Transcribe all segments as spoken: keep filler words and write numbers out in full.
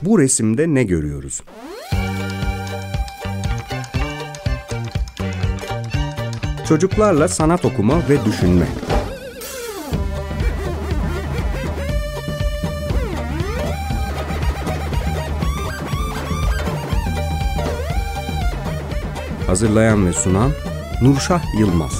Bu resimde ne görüyoruz? Çocuklarla sanat okuma ve düşünme. Hazırlayan ve sunan Nurşah Yılmaz.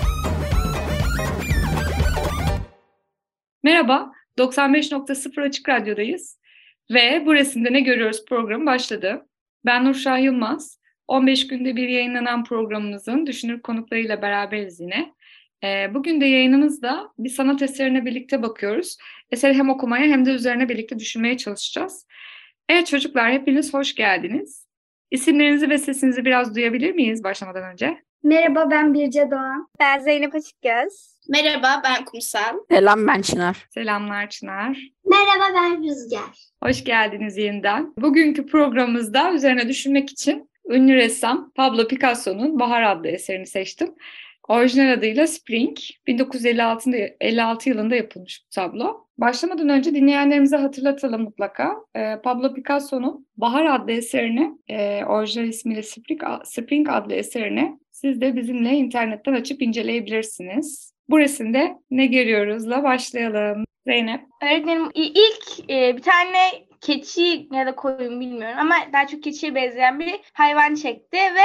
Merhaba, doksan beş nokta sıfır Açık Radyo'dayız ve bu resimde ne görüyoruz programı başladı. Ben Nurşah Yılmaz, on beş günde bir yayınlanan programımızın düşünür konuklarıyla beraberiz yine. Bugün de yayınımızda bir sanat eserine birlikte bakıyoruz. Eseri hem okumaya hem de üzerine birlikte düşünmeye çalışacağız. Evet çocuklar, hepiniz hoş geldiniz. İsimlerinizi ve sesinizi biraz duyabilir miyiz başlamadan önce? Merhaba, ben Birce Doğan. Ben Zeynep Açıkgöz. Merhaba, ben Kumsal. Selam, ben Çınar. Selamlar Çınar. Merhaba, ben Rüzgar. Hoş geldiniz yeniden. Bugünkü programımızda üzerine düşünmek için ünlü ressam Pablo Picasso'nun Bahar adlı eserini seçtim. Orijinal adıyla Spring, bin dokuz yüz elli altı yılında yapılmış bu tablo. Başlamadan önce dinleyenlerimize hatırlatalım mutlaka. Ee, Pablo Picasso'nun Bahar adlı eserini, e, orijinal ismiyle Spring, Spring adlı eserini siz de bizimle internetten açıp inceleyebilirsiniz. Bu resimde ne görüyoruzla başlayalım. Zeynep. Öğretmenim ilk e, bir tane keçi ya da koyun bilmiyorum ama daha çok keçiye benzeyen bir hayvan çekti ve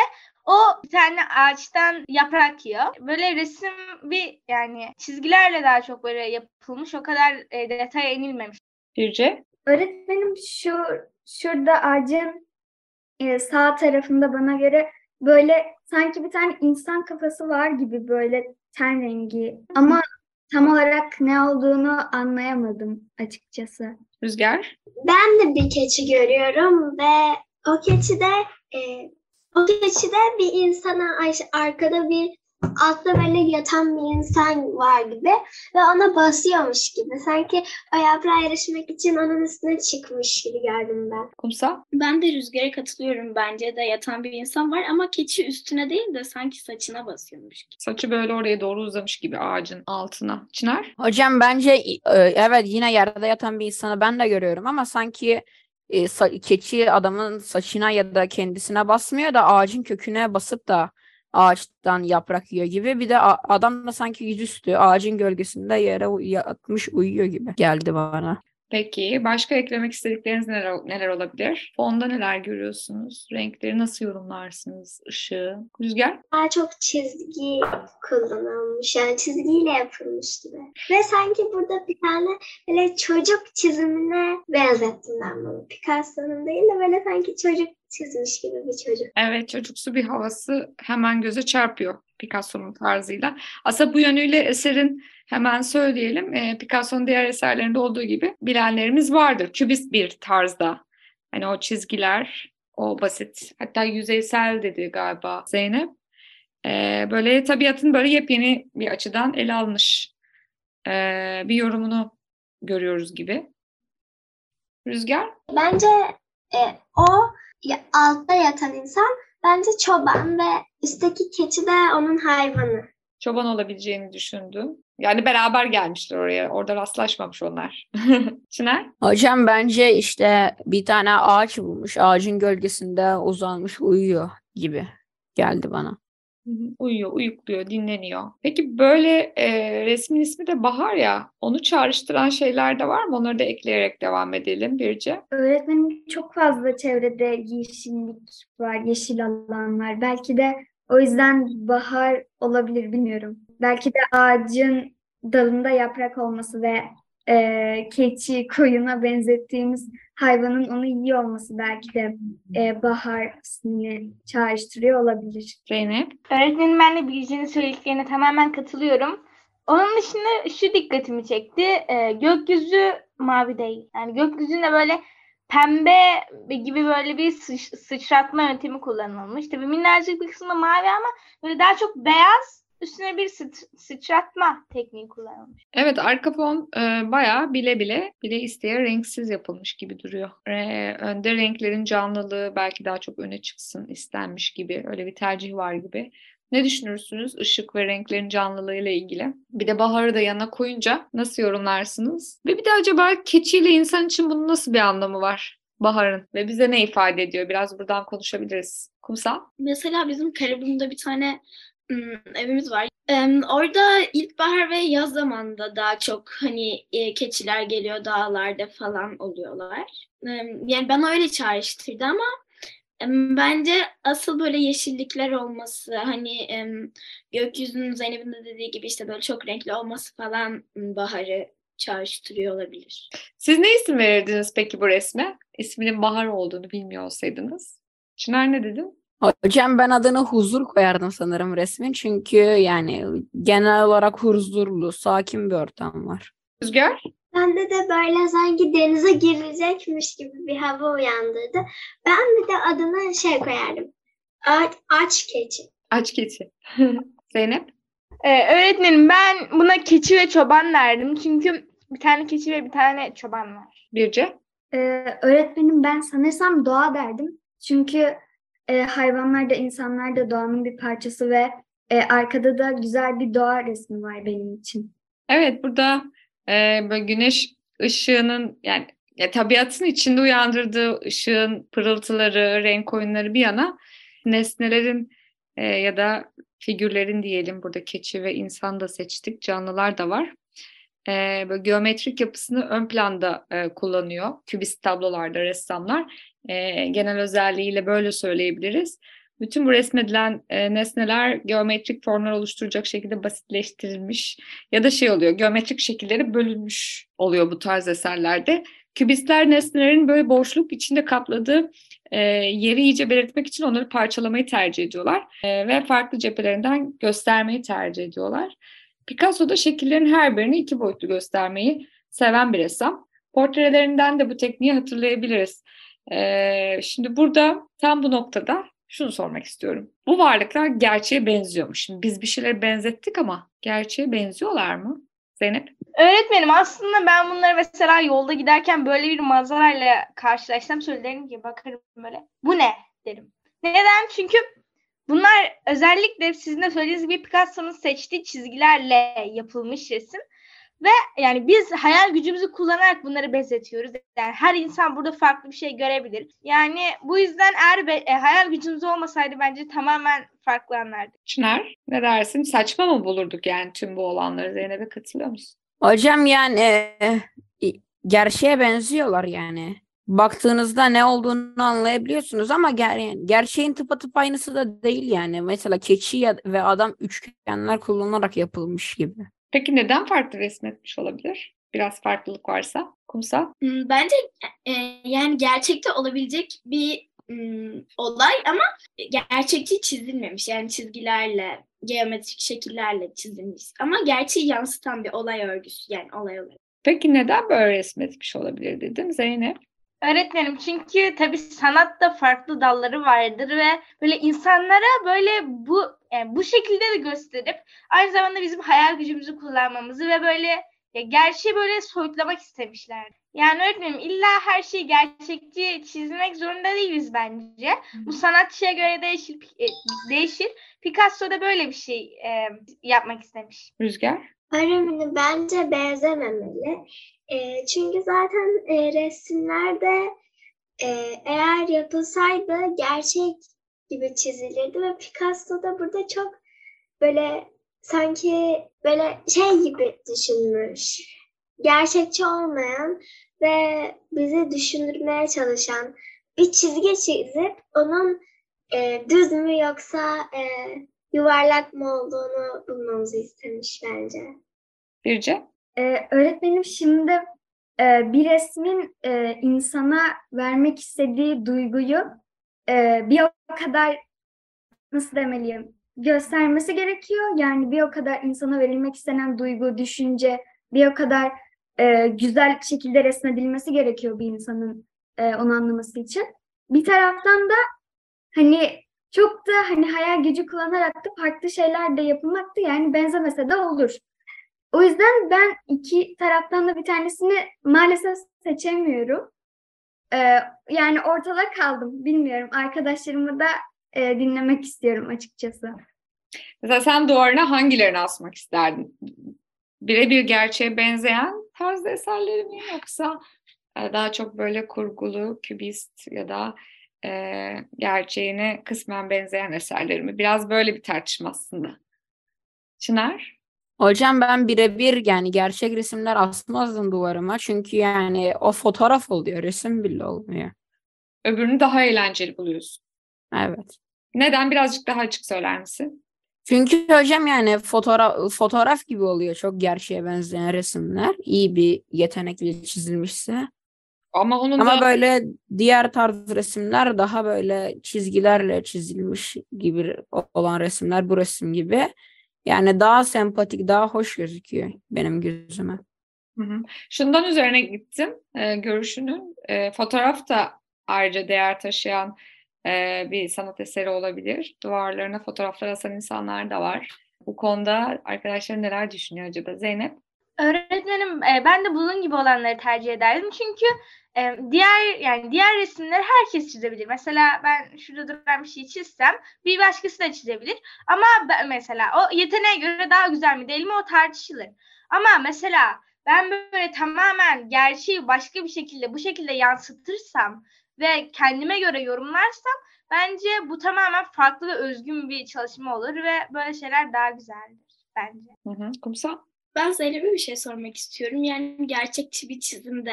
o bir tane ağaçtan yaprak yiyor. Böyle resim bir yani çizgilerle daha çok böyle yapılmış. O kadar e, detaya inilmemiş. Birce? Öğretmenim şu şurada ağacın e, sağ tarafında bana göre böyle sanki bir tane insan kafası var gibi böyle ten rengi. Ama tam olarak ne olduğunu anlayamadım açıkçası. Rüzgar? Ben de bir keçi görüyorum ve o keçide e, o keçide bir insana arkada bir altta böyle yatan bir insan var gibi ve ona basıyormuş gibi. Sanki o yaprağa erişmek için onun üstüne çıkmış gibi gördüm ben. Kumsal? Ben de Rüzgar'a katılıyorum. Bence de yatan bir insan var ama keçi üstüne değil de sanki saçına basıyormuş gibi. Saçı böyle oraya doğru uzamış gibi ağacın altına. Çınar? Hocam bence evet yine yerde yatan bir insanı ben de görüyorum ama sanki e, sa- keçi adamın saçına ya da kendisine basmıyor da ağacın köküne basıp da ağaçtan yaprak yiyor gibi. Bir de a- adam da sanki yüzüstü ağacın gölgesinde yere u- yatmış uyuyor gibi geldi bana. Peki başka eklemek istedikleriniz neler, neler olabilir? Fonda neler görüyorsunuz? Renkleri nasıl yorumlarsınız? Işığı? Rüzgar? Daha çok çizgi kullanılmış. Yani çizgiyle yapılmış gibi. Ve sanki burada bir tane böyle çocuk çizimine benzettim ben bunu. Picasso'nun değil de böyle sanki çocuk çizmiş gibi bir çocuk. Evet, çocuksu bir havası hemen göze çarpıyor Picasso'nun tarzıyla. Aslında bu yönüyle eserin hemen söyleyelim. E, Picasso'nun diğer eserlerinde olduğu gibi bilenlerimiz vardır. Kübist bir tarzda. Hani o çizgiler, o basit. Hatta yüzeysel dedi galiba Zeynep. E, böyle tabiatın böyle yepyeni bir açıdan ele almış e, bir yorumunu görüyoruz gibi. Rüzgar? Bence e, o ya, altta yatan insan bence çoban ve üstteki keçi de onun hayvanı. Çoban olabileceğini düşündüm. Yani beraber gelmişler oraya. Orada rastlaşmamış onlar. Çınar? Hocam bence işte bir tane ağaç bulmuş. Ağacın gölgesinde uzanmış uyuyor gibi geldi bana. Uyuyor, uyukluyor, dinleniyor. Peki böyle e, resmin ismi de Bahar ya. Onu çağrıştıran şeyler de var mı? Onları da ekleyerek devam edelim Birce. Öğretmenim çok fazla çevrede yeşillik var, yeşil alan var. Belki de o yüzden bahar olabilir bilmiyorum. Belki de ağacın dalında yaprak olması ve e, keçi, koyuna benzettiğimiz hayvanın onu yiyor olması belki de e, bahar ismini çağrıştırıyor olabilir. Zeynep? Öğretmenim ben de Bilge'nin söylediklerine tamamen katılıyorum. Onun dışında şu dikkatimi çekti. E, gökyüzü mavi değil. Yani gökyüzünde böyle pembe gibi böyle bir sıç, sıçratma yöntemi kullanılmış. Tabii minnacık bir kısmı mavi ama böyle daha çok beyaz, üstüne bir sıç- sıçratma tekniği kullanılmış. Evet, arka fon e, bayağı bile bile bile isteye renksiz yapılmış gibi duruyor. E, önde renklerin canlılığı belki daha çok öne çıksın istenmiş gibi. Öyle bir tercih var gibi. Ne düşünürsünüz ışık ve renklerin canlılığıyla ilgili? Bir de baharı da yana koyunca nasıl yorumlarsınız? Ve bir de acaba keçiyle insan için bunun nasıl bir anlamı var? baharın ve bize ne ifade ediyor? Biraz buradan konuşabiliriz. Kumsal? Mesela bizim Karaburun'da bir tane ım, evimiz var. Em, orada ilkbahar ve yaz zamanında daha çok hani e, keçiler geliyor dağlarda falan oluyorlar. Em, yani bana öyle çağrıştırdı ama em, bence asıl böyle yeşillikler olması, hani em, gökyüzünün Zeynep'in de dediği gibi işte böyle çok renkli olması falan m, baharı çağrıştırıyor olabilir. Siz ne isim verirdiniz peki bu resme? İsminin Bahar olduğunu bilmiyor olsaydınız. Çınar ne dedin? Hocam ben adını huzur koyardım sanırım resmin. Çünkü yani genel olarak huzurlu, sakin bir ortam var. Rüzgar? Bende de böyle sanki denize girecekmiş gibi bir hava uyandırdı. Ben bir de adına şey koyardım. Aç, aç keçi. Aç keçi. Zeynep? Ee, öğretmenim ben buna keçi ve çoban derdim. Çünkü bir tane keçi ve bir tane çoban var. Birce? Ee, öğretmenim ben sanırsam doğa derdim. Çünkü e, hayvanlar da insanlar da doğanın bir parçası ve e, arkada da güzel bir doğa resmi var benim için. Evet, burada e, böyle güneş ışığının yani ya, tabiatın içinde uyandırdığı ışığın pırıltıları, renk oyunları bir yana nesnelerin e, ya da figürlerin diyelim burada keçi ve insan da seçtik, canlılar da var. E, böyle geometrik yapısını ön planda e, kullanıyor. Kübist tablolarda ressamlar. E, genel özelliğiyle böyle söyleyebiliriz. Bütün bu resmedilen e, nesneler geometrik formlar oluşturacak şekilde basitleştirilmiş ya da şey oluyor, geometrik şekilleri bölünmüş oluyor bu tarz eserlerde. Kübistler nesnelerin böyle boşluk içinde kapladığı e, yeri iyice belirtmek için onları parçalamayı tercih ediyorlar e, ve farklı cephelerinden göstermeyi tercih ediyorlar. Picasso da şekillerin her birini iki boyutlu göstermeyi seven bir ressam. Portrelerinden de bu tekniği hatırlayabiliriz. E, şimdi burada tam bu noktada şunu sormak istiyorum. Bu varlıklar gerçeğe benziyor mu? Şimdi biz bir şeyleri benzettik ama gerçeğe benziyorlar mı? Zeynep? Öğretmenim aslında ben bunları mesela yolda giderken böyle bir manzarayla karşılaşsam söylerim ki bakarım böyle. Bu ne derim. Neden? Çünkü bunlar özellikle sizin de söylediğiniz gibi Picasso'nun seçtiği çizgilerle yapılmış resim. Ve yani biz hayal gücümüzü kullanarak bunları benzetiyoruz. Yani her insan burada farklı bir şey görebilir. Yani bu yüzden eğer be, e, hayal gücümüz olmasaydı bence tamamen farklı anlardık. Çınar, ne dersin? Saçma mı bulurduk yani tüm bu olanları? Zeynep'e katılıyor musun? Hocam yani e, gerçeğe benziyorlar yani. Baktığınızda ne olduğunu anlayabiliyorsunuz ama ger- gerçeğin tıpatıp aynısı da değil yani. Mesela keçi ya- ve adam üçgenler kullanarak yapılmış gibi. Peki neden farklı resmetmiş olabilir? Biraz farklılık varsa. Kumsal? Hmm, Bence e, yani gerçekte olabilecek bir mm, olay ama gerçekçi çizilmemiş. Yani çizgilerle, geometrik şekillerle çizilmiş. Ama gerçeği yansıtan bir olay örgüsü, yani olay olarak. Peki neden böyle resmetmiş olabilir dedim Zeynep? Öğretmenim çünkü tabii sanatta farklı dalları vardır ve böyle insanlara böyle bu yani bu şekilde de gösterip aynı zamanda bizim hayal gücümüzü kullanmamızı ve böyle ya gerçeği böyle soyutlamak istemişler. Yani öğretmenim illa her şeyi gerçekçi çizmek zorunda değiliz bence. Bu sanatçıya göre değişir. e, değişir. Picasso da böyle bir şey e, yapmak istemiş. Rüzgar? Öğretmenim bence benzememeli. E, çünkü zaten e, resimlerde e, eğer yapılsaydı gerçek gibi çizilirdi ve Picasso da burada çok böyle sanki böyle şey gibi düşünmüş. Gerçekçi olmayan ve bizi düşündürmeye çalışan bir çizgi çizip onun e, düz mü yoksa e, yuvarlak mı olduğunu bulmamızı istemiş bence. Birce? Ee, öğretmenim şimdi e, bir resmin e, insana vermek istediği duyguyu e, bir o kadar nasıl demeliyim göstermesi gerekiyor. Yani bir o kadar insana verilmek istenen duygu, düşünce bir o kadar e, güzel şekilde resmedilmesi gerekiyor bir insanın e, onu anlaması için. Bir taraftan da hani çok da hani hayal gücü kullanarak da farklı şeyler de yapılmaktı. Yani benzemese de olur. O yüzden ben iki taraftan da bir tanesini maalesef seçemiyorum. Ee, yani ortada kaldım. Bilmiyorum. Arkadaşlarımı da e, dinlemek istiyorum açıkçası. Mesela sen duvarına hangilerini asmak isterdin? Birebir gerçeğe benzeyen tarzda eserleri mi yoksa e, daha çok böyle kurgulu, kübist ya da e, gerçeğine kısmen benzeyen eserleri mi? Biraz böyle bir tartışma aslında. Çınar? Hocam ben birebir yani gerçek resimler asmazdım duvarıma. Çünkü yani o fotoğraf oluyor. Resim bile olmuyor. Öbürünü daha eğlenceli buluyorsun. Evet. Neden? Birazcık daha açık söyler misin? Çünkü hocam yani fotoğraf fotoğraf gibi oluyor çok gerçeğe benzeyen resimler. İyi bir yetenekle çizilmişse. Ama onun Ama da böyle diğer tarz resimler daha böyle çizgilerle çizilmiş gibi olan resimler bu resim gibi. Yani daha sempatik, daha hoş gözüküyor benim gözüme. Hı hı. Şundan üzerine gittim e, görüşünün. E, fotoğraf da ayrıca değer taşıyan e, bir sanat eseri olabilir. Duvarlarına fotoğraflar asan insanlar da var. Bu konuda arkadaşlar neler düşünüyor acaba? Zeynep? Öğretmenim e, ben de bunun gibi olanları tercih ederdim. Çünkü e, diğer yani diğer resimleri herkes çizebilir. Mesela ben şurada duran bir şey çizsem bir başkası da çizebilir. Ama ben, mesela o yeteneğe göre daha güzel mi değil mi o tartışılır. Ama mesela ben böyle tamamen gerçeği başka bir şekilde bu şekilde yansıtırsam ve kendime göre yorumlarsam bence bu tamamen farklı ve özgün bir çalışma olur ve böyle şeyler daha güzeldir bence. Hı hı. Kumsal? Ben Zeynep'e bir şey sormak istiyorum. Yani gerçekçi bir çizimde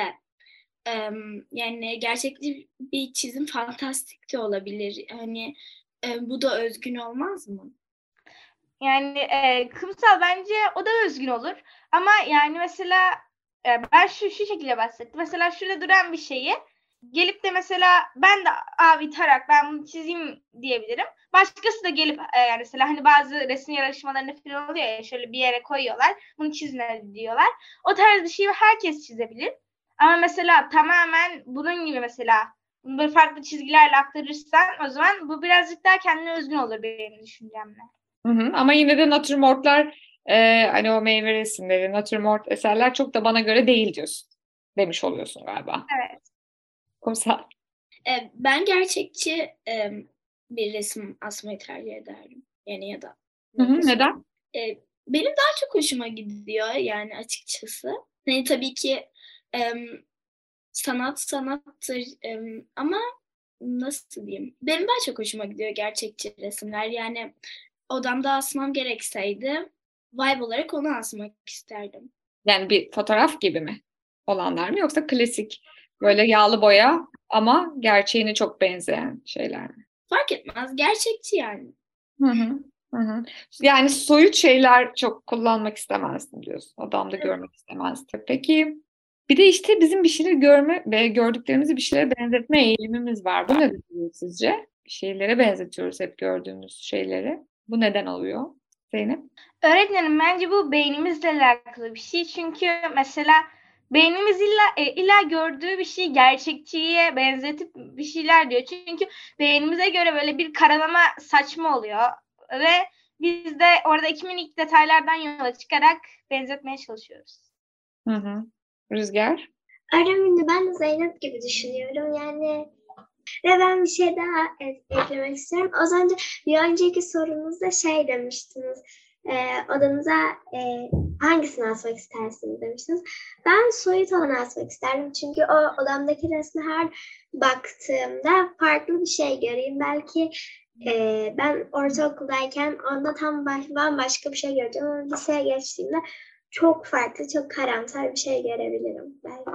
em, yani gerçekçi bir çizim fantastik de olabilir. Hani e, bu da özgün olmaz mı? Yani e, kımsal bence o da özgün olur. Ama yani mesela e, ben şu şu şekilde bahsettim. Mesela şurada duran bir şeyi gelip de mesela ben de abi itarak ben bunu çizeyim diyebilirim. Başkası da gelip e, yani mesela hani bazı resim yarışmalarında falan oluyor ya şöyle bir yere koyuyorlar. Bunu çizin diyorlar. O tarz bir şeyi herkes çizebilir. Ama mesela tamamen bunun gibi mesela böyle farklı çizgilerle aktarırsan o zaman bu birazcık daha kendine özgün olur benim düşüncemle. Hı hı. Ama yine de natürmortlar e, hani o meyve resimleri, natürmort eserler çok da bana göre değil diyorsun. Demiş oluyorsun galiba. Evet. Kumsal? E, ben gerçekçi e, bir resim asmayı tercih ederdim. Yani ya da Hı hı. Neden? E, benim daha çok hoşuma gidiyor yani açıkçası. Hani tabii ki e, sanat sanattır e, ama nasıl diyeyim? Benim daha çok hoşuma gidiyor gerçekçi resimler. Yani odamda asmam gerekseydi vibe olarak onu asmak isterdim. Yani bir fotoğraf gibi mi olanlar mı yoksa klasik böyle yağlı boya ama gerçeğine çok benzeyen şeyler mi? Fark etmez. Gerçekçi yani. Hı hı. Hı hı. Yani soyut şeyler çok kullanmak istemezdim diyorsun. Odamda görmek istemezdim. Peki bir de işte bizim bir şeyleri görme ve gördüklerimizi bir şeylere benzetme eğilimimiz var. Bu neden oluyor sizce? Bir şeylere benzetiyoruz hep gördüğümüz şeyleri. Bu neden oluyor Zeynep? Öğretmenim bence bu beynimizle alakalı bir şey. Çünkü mesela beynimiz illa e, illa gördüğü bir şeyi gerçekçiye benzetip bir şeyler diyor. Çünkü beynimize göre böyle bir karalama saçma oluyor ve biz de orada iki minik detaylardan yola çıkarak benzetmeye çalışıyoruz. Hı hı. Rüzgar? Öğretmenim ben de Zeynep gibi düşünüyorum. Yani ve ben bir şey daha e- eklemek istiyorum. Az önce bir önceki sorunuzda şey demiştiniz. E, odanıza e, hangisini asmak istersiniz demiştiniz. Ben soyut olanı asmak isterdim. Çünkü o odamdaki resme her baktığımda farklı bir şey göreyim. Belki e, ben ortaokuldayken onda tam baş, bambaşka bir şey göreceğim. Ama liseye geçtiğimde çok farklı, çok karamsar bir şey görebilirim belki.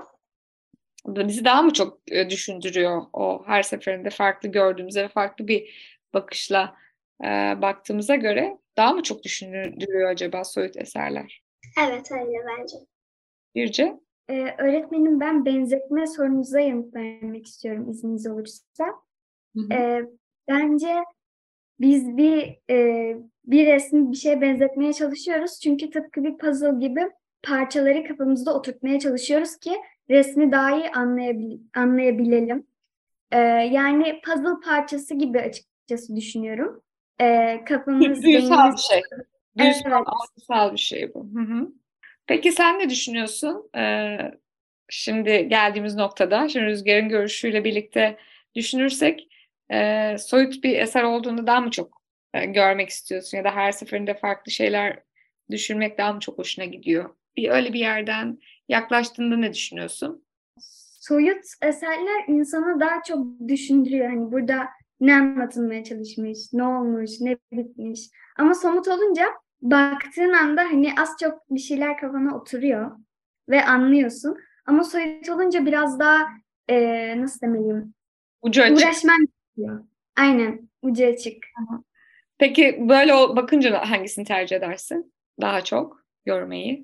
Bizi daha mı çok e, düşündürüyor o her seferinde farklı gördüğümüze ve farklı bir bakışla e, baktığımıza göre daha mı çok düşündürüyor acaba soyut eserler? Evet öyle bence. Birce? Ee, öğretmenim ben benzetme sorunuza yanıt vermek istiyorum izniniz olursa. Hı hı. Ee, bence biz bir e, bir resmi bir şeye benzetmeye çalışıyoruz. Çünkü tıpkı bir puzzle gibi parçaları kafamızda oturtmaya çalışıyoruz ki resmi daha iyi anlayabil anlayabilelim. Ee, yani puzzle parçası gibi açıkçası düşünüyorum. Ee, kafamız, Büyüsel beynimiz... bir şey. Büyüsel, Evet. algısal bir şey bu. Hı hı. Peki sen ne düşünüyorsun? Ee, şimdi geldiğimiz noktada, şimdi Rüzgar'ın görüşüyle birlikte düşünürsek e, soyut bir eser olduğunu daha mı çok e, görmek istiyorsun ya da her seferinde farklı şeyler düşünmek daha mı çok hoşuna gidiyor? Bir öyle bir yerden yaklaştığında ne düşünüyorsun? soyut eserler insanı daha çok düşündürüyor. Hani burada ne anlatılmaya çalışmış, ne olmuş, ne bitmiş. Ama somut olunca baktığın anda hani az çok bir şeyler kafana oturuyor ve anlıyorsun. Ama soyut olunca biraz daha eee, nasıl demeliyim? Ucu açık. Uğraşman gerekiyor. Aynen, ucu açık. Peki böyle o- bakınca hangisini tercih edersin? Daha çok görmeyi.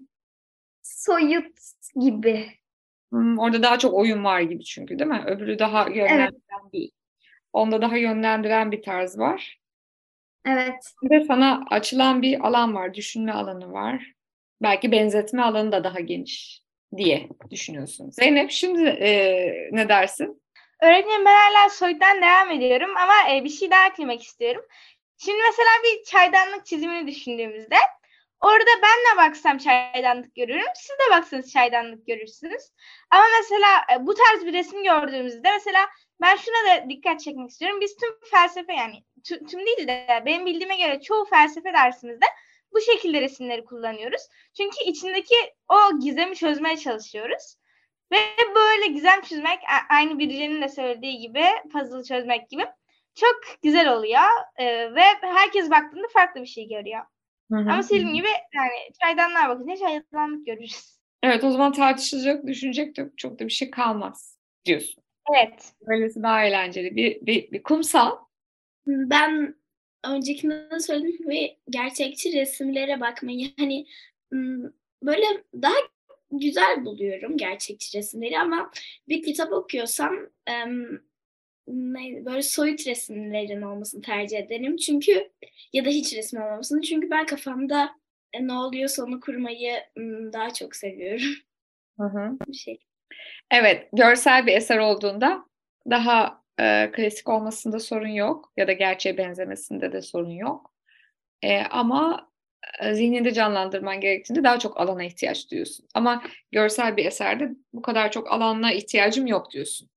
Soyut gibi. Hmm, orada daha çok oyun var gibi çünkü değil mi? Öbürü daha yönlendiren bir, onda daha yönlendiren bir tarz var. Evet. Bir de sana açılan bir alan var, düşünme alanı var. Belki benzetme alanı da daha geniş diye düşünüyorsun. Zeynep şimdi e, ne dersin? Öğretmenim ben hala soyuttan devam ediyorum ama e, bir şey daha eklemek istiyorum. Şimdi mesela bir çaydanlık çizimini düşündüğümüzde orada ben de baksam çaydanlık görürüm, siz de baksanız çaydanlık görürsünüz. Ama mesela e, bu tarz bir resim gördüğümüzde mesela ben şuna da dikkat çekmek istiyorum. Biz tüm felsefe yani tüm, tüm değil de benim bildiğime göre çoğu felsefe dersimizde bu şekilde resimleri kullanıyoruz. Çünkü içindeki o gizemi çözmeye çalışıyoruz. Ve böyle gizem çözmek a- aynı Birce'nin de söylediği gibi puzzle çözmek gibi çok güzel oluyor. Ee, ve herkes baktığında farklı bir şey görüyor. Hı hı. Ama Selim gibi yani çaydanlığa bakınca çaydanlık görürüz. Evet, o zaman tartışılacak, düşünecek de çok da bir şey kalmaz diyorsun. Evet. Böylesi daha eğlenceli. Bir, bir, bir kumsal. Ben öncekinde de söylediğim gibi gerçekçi resimlere bakmayı hani ım, böyle daha güzel buluyorum gerçekçi resimleri ama bir kitap okuyorsam em, ne- böyle soyut resimlerin olmasını tercih ederim. Çünkü ya da hiç resim olmamasını. Çünkü ben kafamda e, ne oluyorsa onu kurmayı ım, daha çok seviyorum. Hı hı. Bir şey. Evet, görsel bir eser olduğunda daha e, klasik olmasında sorun yok ya da gerçeğe benzemesinde de sorun yok. E, ama e, zihninde canlandırman gerektiğinde daha çok alana ihtiyaç duyuyorsun. Ama görsel bir eserde bu kadar çok alana ihtiyacım yok diyorsun.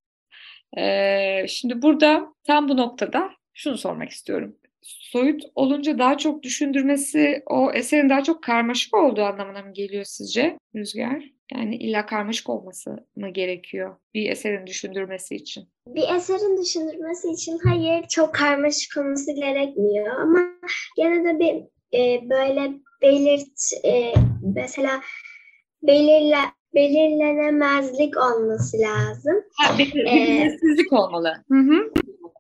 E, şimdi burada tam bu noktada şunu sormak istiyorum. Soyut olunca daha çok düşündürmesi o eserin daha çok karmaşık olduğu anlamına mı geliyor sizce Rüzgar? Yani illa karmaşık olması mı gerekiyor bir eserin düşündürmesi için? Bir eserin düşünülmesi için hayır çok karmaşık olması gerekmiyor ama gene de bir e, böyle belirt e, mesela belirle belirlenemezlik olması lazım. Ha, bir, bir Ee, belirsizlik olmalı. Hı hı.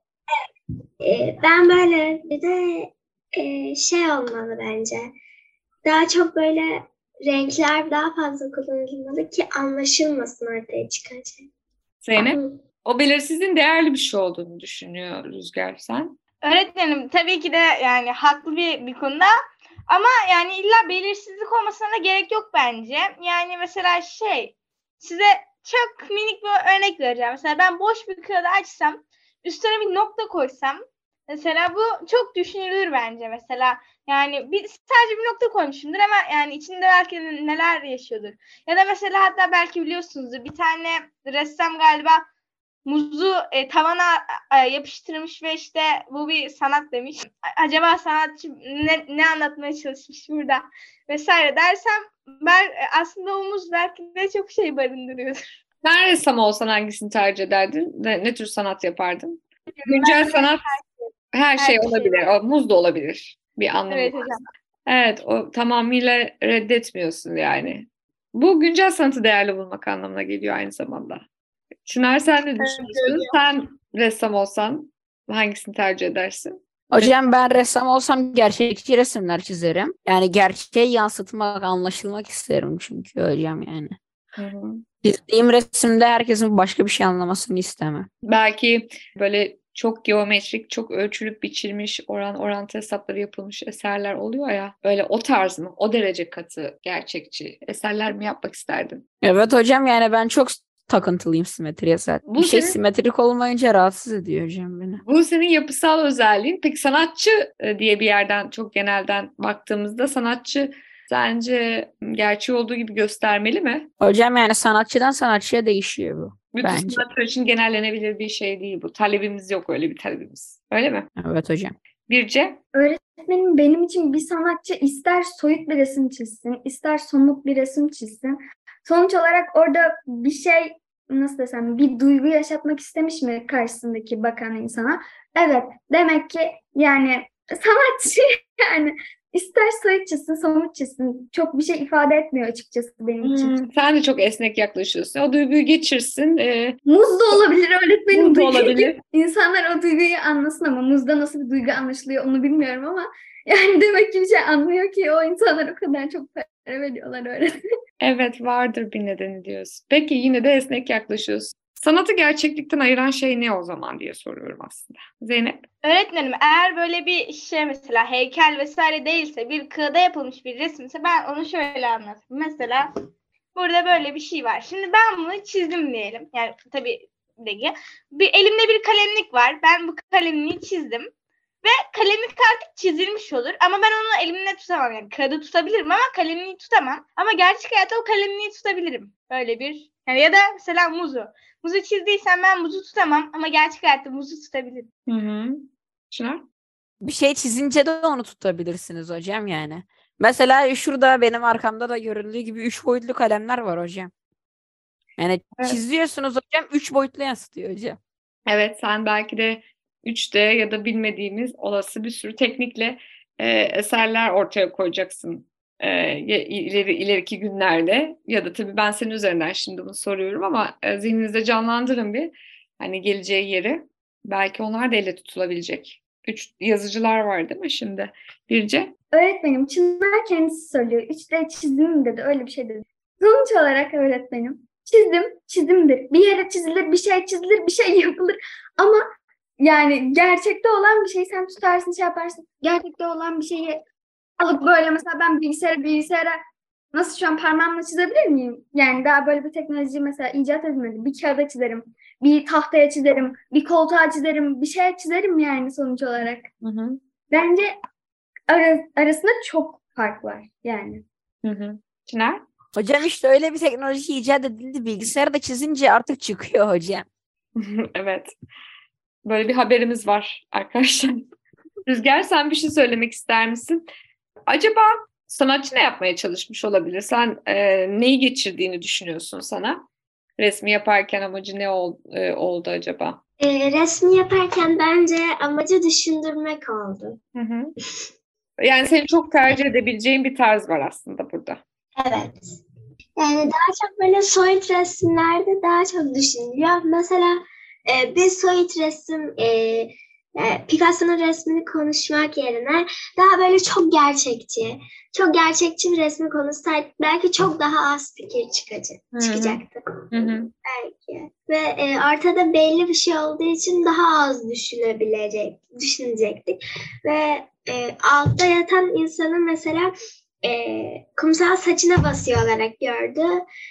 E, ben böyle bir de e, şey olmalı bence. Daha çok böyle renkler daha fazla kullanılmalı ki anlaşılmasın ortaya çıkan şey. Zeynep, o belirsizliğin değerli bir şey olduğunu düşünüyor Rüzgar sen. Öğretmenim tabii ki de yani haklı bir, bir konuda ama yani illa belirsizlik olmasına da gerek yok bence. Yani mesela şey size çok minik bir örnek vereceğim. Mesela ben boş bir kağıdı açsam üstüne bir nokta koysam mesela bu çok düşünülür bence mesela. Yani bir, sadece bir nokta koymuşumdur ama yani içinde belki neler yaşıyordur. Ya da mesela hatta belki biliyorsunuzdur bir tane ressam galiba muzu e, tavana e, yapıştırmış ve işte bu bir sanat demiş. A- Acaba sanatçı ne, ne anlatmaya çalışmış burada vesaire dersem ben e, aslında o muz belki de çok şey barındırıyordur. Sen ressam olsan hangisini tercih ederdin? Ne, ne tür sanat yapardın? Güncel sanat her şey her şey. olabilir. O, muz da olabilir. Bir anlamı Evet var. hocam. Evet, o tamamıyla reddetmiyorsun yani. Bu güncel sanatı değerli bulmak anlamına geliyor aynı zamanda. Çınar sen ne düşünüyorsun? Sen ressam olsan hangisini tercih edersin? Hocam ben ressam olsam gerçekçi resimler çizerim. Yani gerçeği yansıtmak, anlaşılmak isterim çünkü hocam yani. Hı hı. Çizdiğim resimde herkesin başka bir şey anlamasını istemem. Belki böyle çok geometrik, çok ölçülüp biçilmiş, oran orantı hesapları yapılmış eserler oluyor ya. Böyle o tarz mı? O derece katı, gerçekçi eserler mi yapmak isterdin? Evet hocam yani ben çok takıntılıyım simetriye zaten. Bu Bir şey senin- simetrik olmayınca rahatsız ediyor hocam beni. Bu senin yapısal özelliğin. Peki sanatçı e, diye bir yerden çok genelden baktığımızda sanatçı sence gerçeği olduğu gibi göstermeli mi? Hocam yani sanatçıdan sanatçıya değişiyor bu. Bütün Bence. sanatçılar için genellenebilir bir şey değil bu. Talebimiz yok, öyle bir talebimiz. Öyle mi? Evet hocam. Birce? Öğretmenim benim için bir sanatçı ister soyut bir resim çizsin, ister somut bir resim çizsin. Sonuç olarak orada bir şey nasıl desem bir duygu yaşatmak istemiş mi karşısındaki bakan insana? Evet. Demek ki yani sanatçı yani ister soyut çizsin, somut çizsin. Çok bir şey ifade etmiyor açıkçası benim için. Hmm, sen de çok esnek yaklaşıyorsun. O duyguyu geçirsin. E, Muz da olabilir öğretmenim. Muz da Duyguyu- olabilir. İnsanlar o duyguyu anlasın ama muzda nasıl bir duygu anlaşılıyor onu bilmiyorum ama yani demek ki bir şey anlıyor ki o insanlar o kadar çok para veriyorlar öğretmenim. Evet, vardır bir nedeni diyorsun. Peki yine de esnek yaklaşıyorsun. Sanatı gerçeklikten ayıran şey ne o zaman diye soruyorum aslında. Zeynep. Öğretmenim, eğer böyle bir şey mesela heykel vesaire değilse, bir kağıda yapılmış bir resimse ben onu şöyle anlatayım. Mesela burada böyle bir şey var. Şimdi ben bunu çizdim diyelim. Yani tabii de bir elimde bir kalemlik var. Ben bu kalemliği çizdim. Ve kalemlik artık çizilmiş olur. Ama ben onu elimle tutamam. Yani kağıdı tutabilirim ama kalemliği tutamam. Ama gerçek hayatta o kalemliği tutabilirim. Böyle bir. Yani ya da mesela muzu. Muzu çizdiysem ben muzu tutamam ama gerçek hayatta muzu tutabilirim. Hı hı. Çınar? Bir şey çizince de onu tutabilirsiniz hocam yani. Mesela şurada benim arkamda da görüldüğü gibi üç boyutlu kalemler var hocam. Yani Evet. çiziyorsunuz hocam, üç boyutlu yansıtıyor hocam. Evet, sen belki de üç D ya da bilmediğimiz olası bir sürü teknikle e, eserler ortaya koyacaksın e, ya- ileri ileriki günlerde, ya da tabii ben senin üzerinden şimdi bunu soruyorum ama e, zihninizde canlandırın bir, hani geleceği yeri, belki onlar da elle tutulabilecek. Üç yazıcılar var değil mi şimdi? Birce. Öğretmenim Çınar kendisi söylüyor. üç D çizdim dedi. Öyle bir şey dedi. Sonuç olarak öğretmenim çizdim, çizimdir. Bir yere çizilir, bir şey çizilir, bir şey yapılır. Ama yani gerçekte olan bir şeyi sen tutarsın, şey yaparsın. Gerçekte olan bir şeyi alıp böyle mesela ben bilgisayara bilgisayara nasıl şu an parmağımla çizebilir miyim? Yani daha böyle bir teknoloji mesela icat edilmedi. Bir kağıda çizerim, bir tahtaya çizerim, bir koltuğa çizerim, bir şeye çizerim yani sonuç olarak. Hı hı. Bence ara- arasında çok fark var yani. Hı hı. Çınar? Hocam işte öyle bir teknoloji icat edildi. Bilgisayarda çizince artık çıkıyor hocam. Evet. Böyle bir haberimiz var arkadaşlar. Rüzgar, sen bir şey söylemek ister misin? Acaba sanatçı ne yapmaya çalışmış olabilir? Sen e, neyi geçirdiğini düşünüyorsun sana? Resmi yaparken amacı ne ol, e, oldu acaba? Ee, resmi yaparken bence amacı düşündürmek oldu. Hı hı. Yani senin çok tercih edebileceğin bir tarz var aslında burada. Evet. Yani daha çok böyle soyut resimlerde daha çok düşünülüyor. Mesela e, bir soyut resim e, e, Picasso'nun resmini konuşmak yerine daha böyle çok gerçekçi, çok gerçekçi bir resmi konuşsaydık belki çok daha az fikir çıkacak, Hı hı. çıkacaktı. Hı hı. Belki. Ve e, ortada belli bir şey olduğu için daha az düşünebilecek, düşünecektik. Ve e, altta yatan insanın mesela e, kumsal saçına basıyor olarak gördü.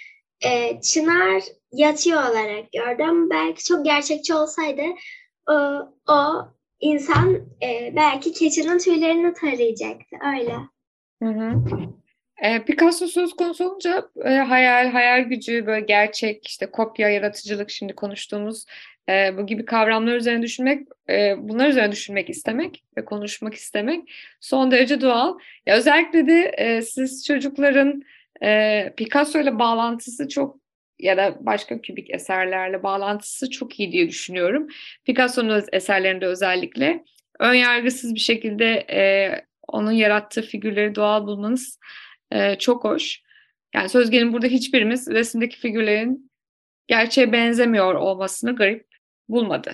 E, Çınar yatıyor olarak gördü ama belki çok gerçekçi olsaydı o, o insan e, belki keçinin tüylerini tarayacaktı. Öyle. Hı hı. E, Picasso söz konusu olunca e, hayal, hayal gücü, böyle gerçek, işte kopya, yaratıcılık, şimdi konuştuğumuz e, bu gibi kavramlar üzerine düşünmek, e, bunlar üzerine düşünmek istemek ve konuşmak istemek son derece doğal. Ya özellikle de e, siz çocukların e, Picasso ile bağlantısı çok, ya da başka kübik eserlerle bağlantısı çok iyi diye düşünüyorum. Picasso'nun eserlerinde özellikle ön yargısız bir şekilde e, onun yarattığı figürleri doğal bulmanız Ee, çok hoş. Yani söz gelimi burada hiçbirimiz resimdeki figürlerin gerçeğe benzemiyor olmasını garip bulmadı.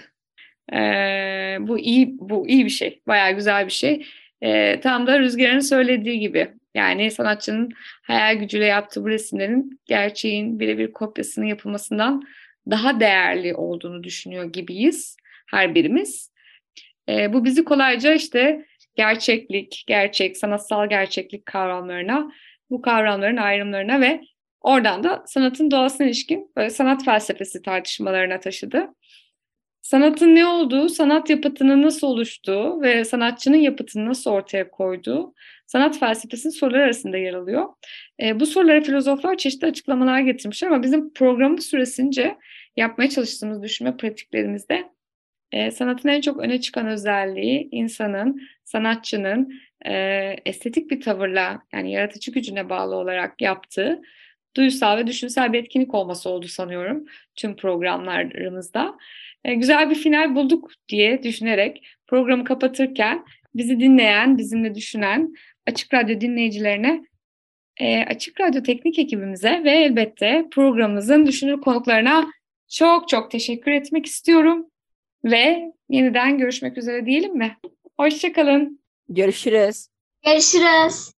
Ee, bu iyi, bu iyi bir şey, bayağı güzel bir şey. Ee, tam da Rüzgar'ın söylediği gibi, yani sanatçının hayal gücüyle yaptığı bu resimlerin gerçeğin birebir kopyasının yapılmasından daha değerli olduğunu düşünüyor gibiyiz her birimiz. Ee, bu bizi kolayca işte gerçeklik, gerçek, sanatsal gerçeklik kavramlarına, bu kavramların ayrımlarına ve oradan da sanatın doğasına ilişkin böyle sanat felsefesi tartışmalarına taşıdı. Sanatın ne olduğu, sanat yapıtının nasıl oluştuğu ve sanatçının yapıtını nasıl ortaya koyduğu sanat felsefesinin soruları arasında yer alıyor. E, bu sorulara filozoflar çeşitli açıklamalar getirmişler ama bizim programımız süresince yapmaya çalıştığımız düşünme pratiklerimizde e, sanatın en çok öne çıkan özelliği insanın, sanatçının e, estetik bir tavırla, yani yaratıcı gücüne bağlı olarak yaptığı duysal ve düşünsel bir etkinlik olması oldu sanıyorum tüm programlarımızda. E, güzel bir final bulduk diye düşünerek programı kapatırken bizi dinleyen, bizimle düşünen Açık Radyo dinleyicilerine, e, Açık Radyo teknik ekibimize ve elbette programımızın düşünür konuklarına çok çok teşekkür etmek istiyorum. Ve yeniden görüşmek üzere diyelim mi? Hoşça kalın. Görüşürüz. Görüşürüz.